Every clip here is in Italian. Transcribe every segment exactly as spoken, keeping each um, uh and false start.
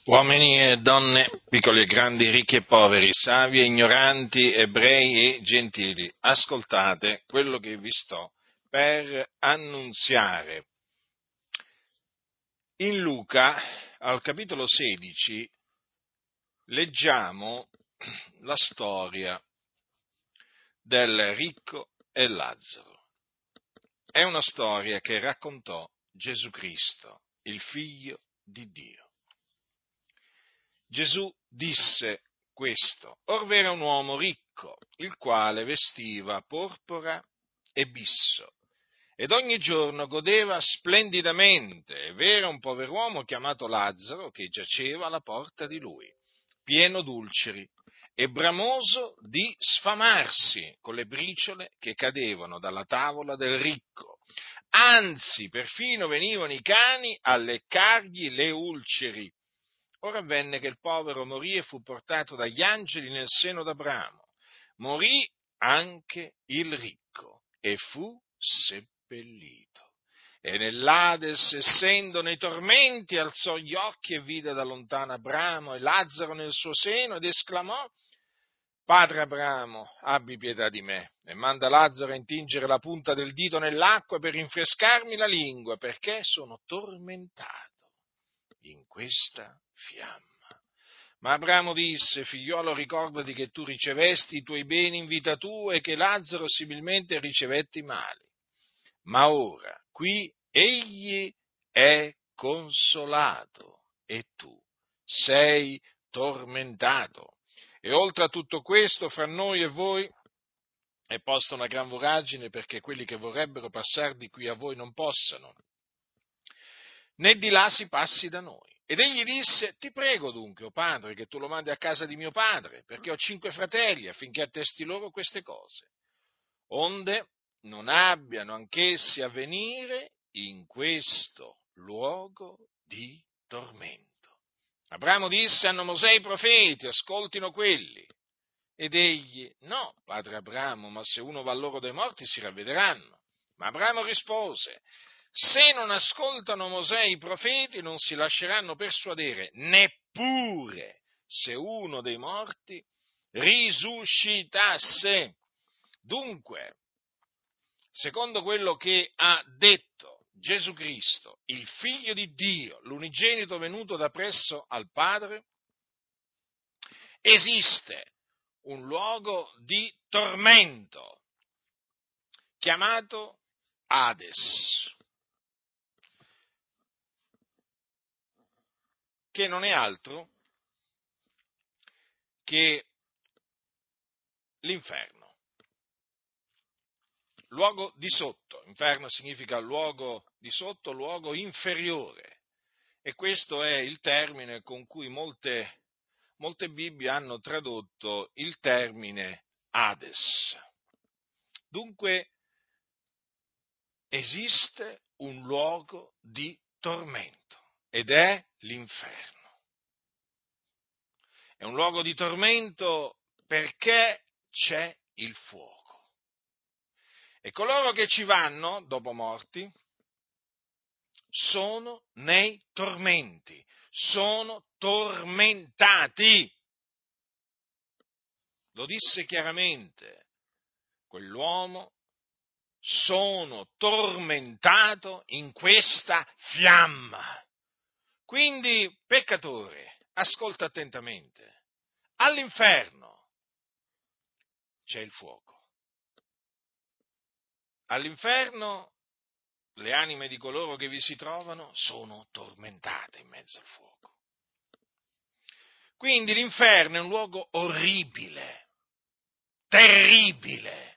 Uomini e donne, piccoli e grandi, ricchi e poveri, savi e ignoranti, ebrei e gentili, ascoltate quello che vi sto per annunziare. In Luca, al capitolo sedici, leggiamo la storia del ricco e Lazzaro. È una storia che raccontò Gesù Cristo, il Figlio di Dio. Gesù disse questo: Orv'era era un uomo ricco, il quale vestiva porpora e bisso, ed ogni giorno godeva splendidamente, ed era un pover'uomo chiamato Lazzaro, che giaceva alla porta di lui, pieno d'ulceri, e bramoso di sfamarsi con le briciole che cadevano dalla tavola del ricco. Anzi, perfino venivano i cani a leccargli le ulceri. Ora avvenne che il povero morì e fu portato dagli angeli nel seno d'Abramo. Morì anche il ricco e fu seppellito. E nell'Ades, essendo nei tormenti, alzò gli occhi e vide da lontano Abramo e Lazzaro nel suo seno ed esclamò: Padre Abramo, abbi pietà di me e manda Lazzaro a intingere la punta del dito nell'acqua per rinfrescarmi la lingua, perché sono tormentato in questa fiamma. Ma Abramo disse: Figliolo, ricordati che tu ricevesti i tuoi beni in vita tua e che Lazzaro similmente ricevette i mali. Ma ora qui egli è consolato e tu sei tormentato. E oltre a tutto questo, fra noi e voi è posta una gran voragine, perché quelli che vorrebbero passare di qui a voi non possano, né di là si passi da noi. Ed egli disse: Ti prego dunque, o padre, che tu lo mandi a casa di mio padre, perché ho cinque fratelli, affinché attesti loro queste cose, onde non abbiano anch'essi a venire in questo luogo di tormento. Abramo disse: Hanno Mosè i profeti, ascoltino quelli. Ed egli: No, padre Abramo, ma se uno va loro dai morti si ravvederanno. Ma Abramo rispose: Se non ascoltano Mosè i profeti, non si lasceranno persuadere, neppure se uno dei morti risuscitasse. Dunque, secondo quello che ha detto Gesù Cristo, il Figlio di Dio, l'unigenito venuto da presso al Padre, esiste un luogo di tormento chiamato Ades, che non è altro che l'inferno, luogo di sotto. Inferno significa luogo di sotto, luogo inferiore, e questo è il termine con cui molte, molte Bibbie hanno tradotto il termine Ades. Dunque esiste un luogo di tormento ed è l'inferno. È un luogo di tormento perché c'è il fuoco. E coloro che ci vanno, dopo morti, sono nei tormenti, sono tormentati. Lo disse chiaramente quell'uomo: sono tormentato in questa fiamma. Quindi, peccatore, ascolta attentamente. All'inferno c'è il fuoco. All'inferno le anime di coloro che vi si trovano sono tormentate in mezzo al fuoco. Quindi l'inferno è un luogo orribile, terribile.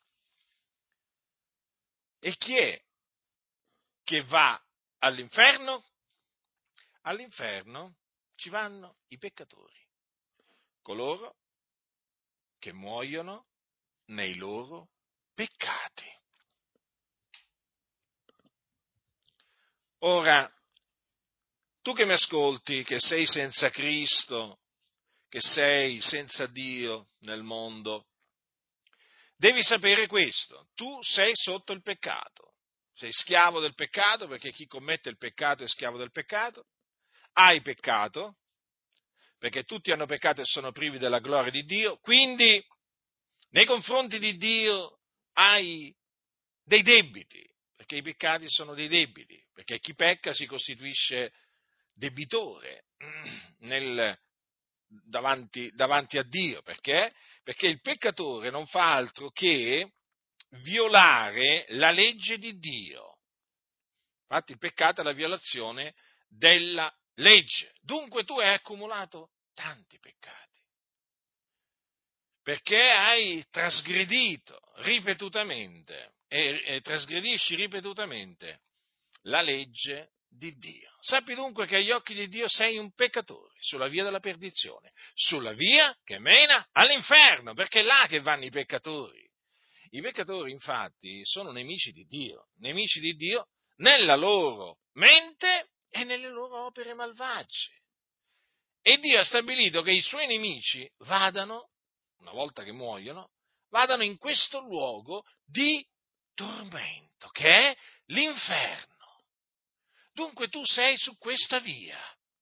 E chi è che va all'inferno? All'inferno ci vanno i peccatori, coloro che muoiono nei loro peccati. Ora, tu che mi ascolti, che sei senza Cristo, che sei senza Dio nel mondo, devi sapere questo: tu sei sotto il peccato, sei schiavo del peccato, perché chi commette il peccato è schiavo del peccato, hai peccato, perché tutti hanno peccato e sono privi della gloria di Dio, quindi nei confronti di Dio hai dei debiti, perché i peccati sono dei debiti, perché chi pecca si costituisce debitore nel, davanti, davanti a Dio, perché? Perché il peccatore non fa altro che violare la legge di Dio. Infatti il peccato è la violazione della legge. Dunque tu hai accumulato tanti peccati, perché hai trasgredito ripetutamente e, e trasgredisci ripetutamente la legge di Dio. Sappi dunque che agli occhi di Dio sei un peccatore sulla via della perdizione, sulla via che mena all'inferno, perché è là che vanno i peccatori. I peccatori, infatti, sono nemici di Dio, nemici di Dio nella loro mente e nelle loro opere malvagie. E Dio ha stabilito che i suoi nemici vadano, una volta che muoiono, vadano in questo luogo di tormento, che è l'inferno. Dunque tu sei su questa via.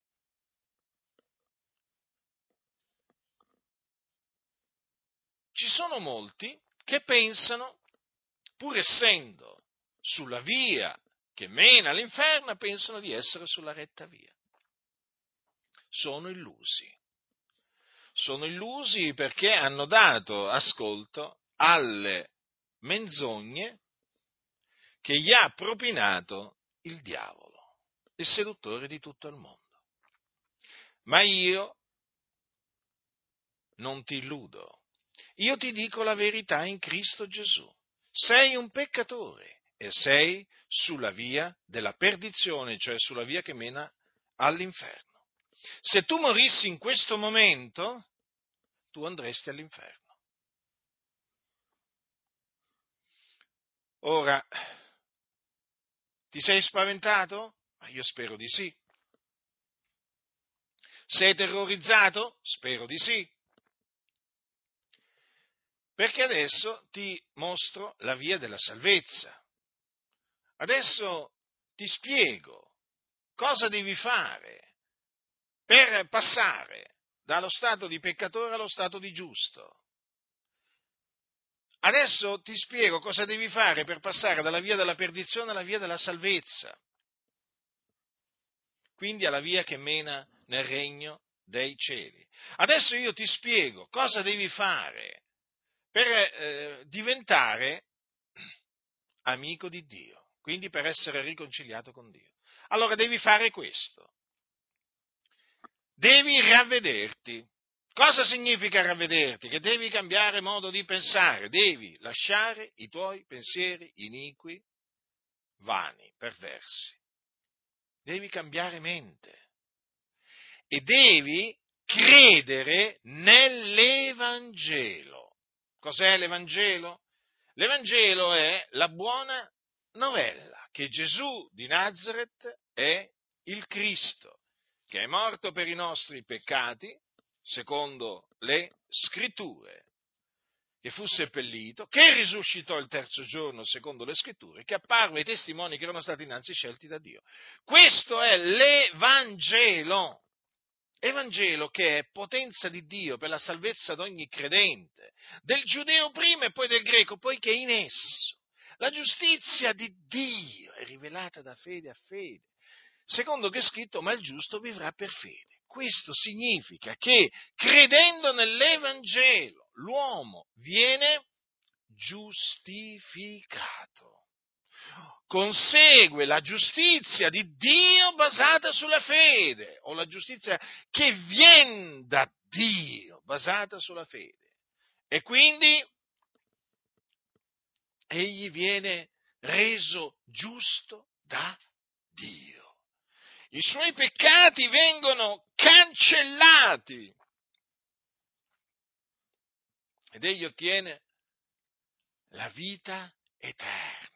Ci sono molti che pensano, pur essendo sulla via che mena all'inferno, pensano di essere sulla retta via. Sono illusi. Sono illusi perché hanno dato ascolto alle menzogne che gli ha propinato il diavolo, il seduttore di tutto il mondo. Ma io non ti illudo, io ti dico la verità in Cristo Gesù. Sei un peccatore e sei sulla via della perdizione, cioè sulla via che mena all'inferno. Se tu morissi in questo momento, tu andresti all'inferno. Ora, ti sei spaventato? Ma io spero di sì. Sei terrorizzato? Spero di sì. Perché adesso ti mostro la via della salvezza. Adesso ti spiego cosa devi fare per passare dallo stato di peccatore allo stato di giusto. Adesso ti spiego cosa devi fare per passare dalla via della perdizione alla via della salvezza, quindi alla via che mena nel regno dei cieli. Adesso io ti spiego cosa devi fare per eh, diventare amico di Dio, quindi per essere riconciliato con Dio. Allora devi fare questo, devi ravvederti. Cosa significa ravvederti? Che devi cambiare modo di pensare, devi lasciare i tuoi pensieri iniqui, vani, perversi. Devi cambiare mente e devi credere nell'Evangelo. Cos'è l'Evangelo? L'Evangelo è la buona novella che Gesù di Nazaret è il Cristo, che è morto per i nostri peccati, secondo le Scritture, che fu seppellito, che risuscitò il terzo giorno, secondo le Scritture, che apparve ai testimoni che erano stati innanzi scelti da Dio. Questo è l'Evangelo. Evangelo che è potenza di Dio per la salvezza di ogni credente, del giudeo prima e poi del greco, poiché in esso la giustizia di Dio è rivelata da fede a fede, secondo che è scritto, ma il giusto vivrà per fede. Questo significa che credendo nell'Evangelo l'uomo viene giustificato. Consegue la giustizia di Dio basata sulla fede, o la giustizia che viene da Dio basata sulla fede. E quindi egli viene reso giusto da Dio. I suoi peccati vengono cancellati ed egli ottiene la vita eterna.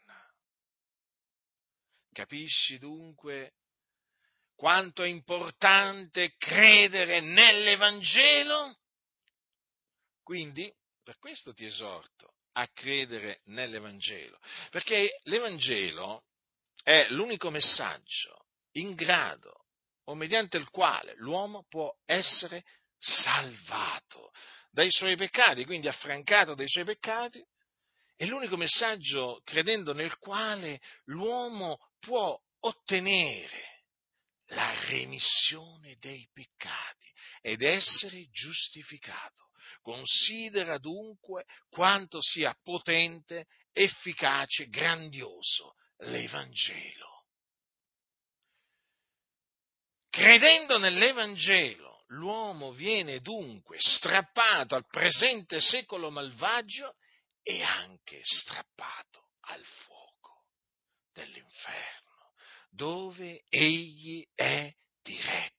Capisci dunque quanto è importante credere nell'Evangelo? Quindi, per questo ti esorto a credere nell'Evangelo, perché l'Evangelo è l'unico messaggio in grado o mediante il quale l'uomo può essere salvato dai suoi peccati, quindi affrancato dai suoi peccati. È l'unico messaggio credendo nel quale l'uomo può ottenere la remissione dei peccati ed essere giustificato. Considera dunque quanto sia potente, efficace, grandioso l'Evangelo. Credendo nell'Evangelo, l'uomo viene dunque strappato al presente secolo malvagio e anche strappato al fuoco dell'inferno, dove egli è diretto.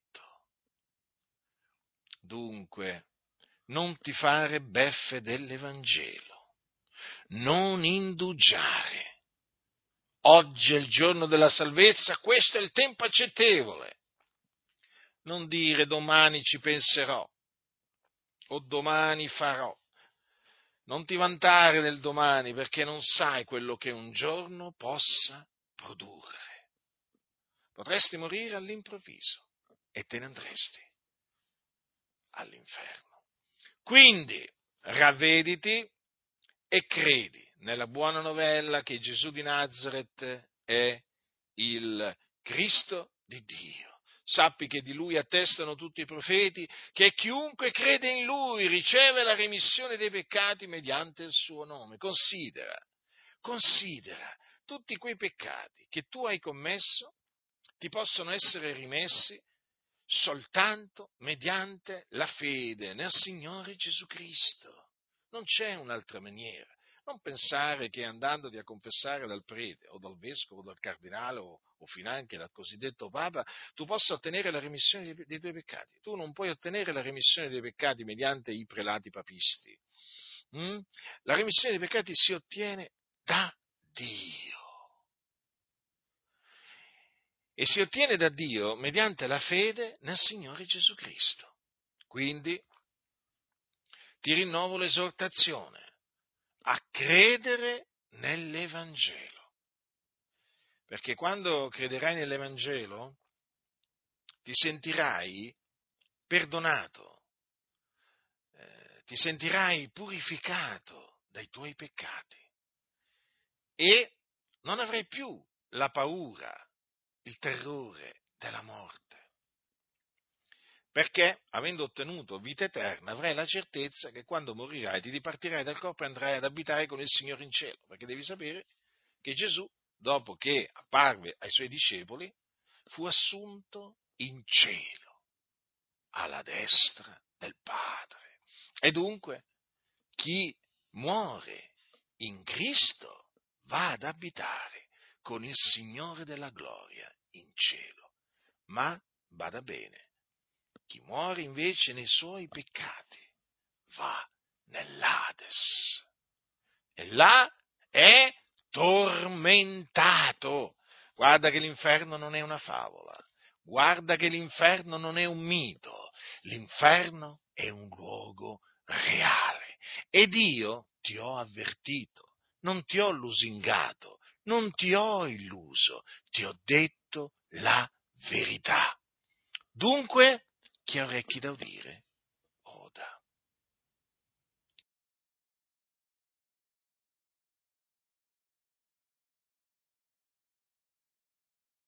Dunque, non ti fare beffe dell'Evangelo, non indugiare. Oggi è il giorno della salvezza, questo è il tempo accettevole. Non dire domani ci penserò o domani farò. Non ti vantare del domani perché non sai quello che un giorno possa produrre. Potresti morire all'improvviso e te ne andresti all'inferno. Quindi ravvediti e credi nella buona novella che Gesù di Nazaret è il Cristo di Dio. Sappi che di Lui attestano tutti i profeti, che chiunque crede in Lui riceve la remissione dei peccati mediante il suo nome. Considera, considera tutti quei peccati che tu hai commesso, ti possono essere rimessi soltanto mediante la fede nel Signore Gesù Cristo. Non c'è un'altra maniera. Non pensare che andandoti a confessare dal prete o dal vescovo o dal cardinale o, o finanche dal cosiddetto Papa, tu possa ottenere la remissione dei, dei tuoi peccati. Tu non puoi ottenere la remissione dei peccati mediante i prelati papisti. Mm? La remissione dei peccati si ottiene da Dio. E si ottiene da Dio mediante la fede nel Signore Gesù Cristo. Quindi ti rinnovo l'esortazione a credere nell'Evangelo. Perché quando crederai nell'Evangelo ti sentirai perdonato, eh, ti sentirai purificato dai tuoi peccati e non avrai più la paura, il terrore della morte. Perché, avendo ottenuto vita eterna, avrai la certezza che quando morirai ti dipartirai dal corpo e andrai ad abitare con il Signore in cielo. Perché devi sapere che Gesù, dopo che apparve ai suoi discepoli, fu assunto in cielo, alla destra del Padre. E dunque, chi muore in Cristo va ad abitare con il Signore della gloria in cielo. Ma, bada bene, chi muore invece nei suoi peccati va nell'Ades e là è tormentato. Guarda che l'inferno non è una favola, guarda che l'inferno non è un mito, l'inferno è un luogo reale ed io ti ho avvertito, non ti ho lusingato, non ti ho illuso, ti ho detto la verità. Dunque, chi ha orecchi da udire,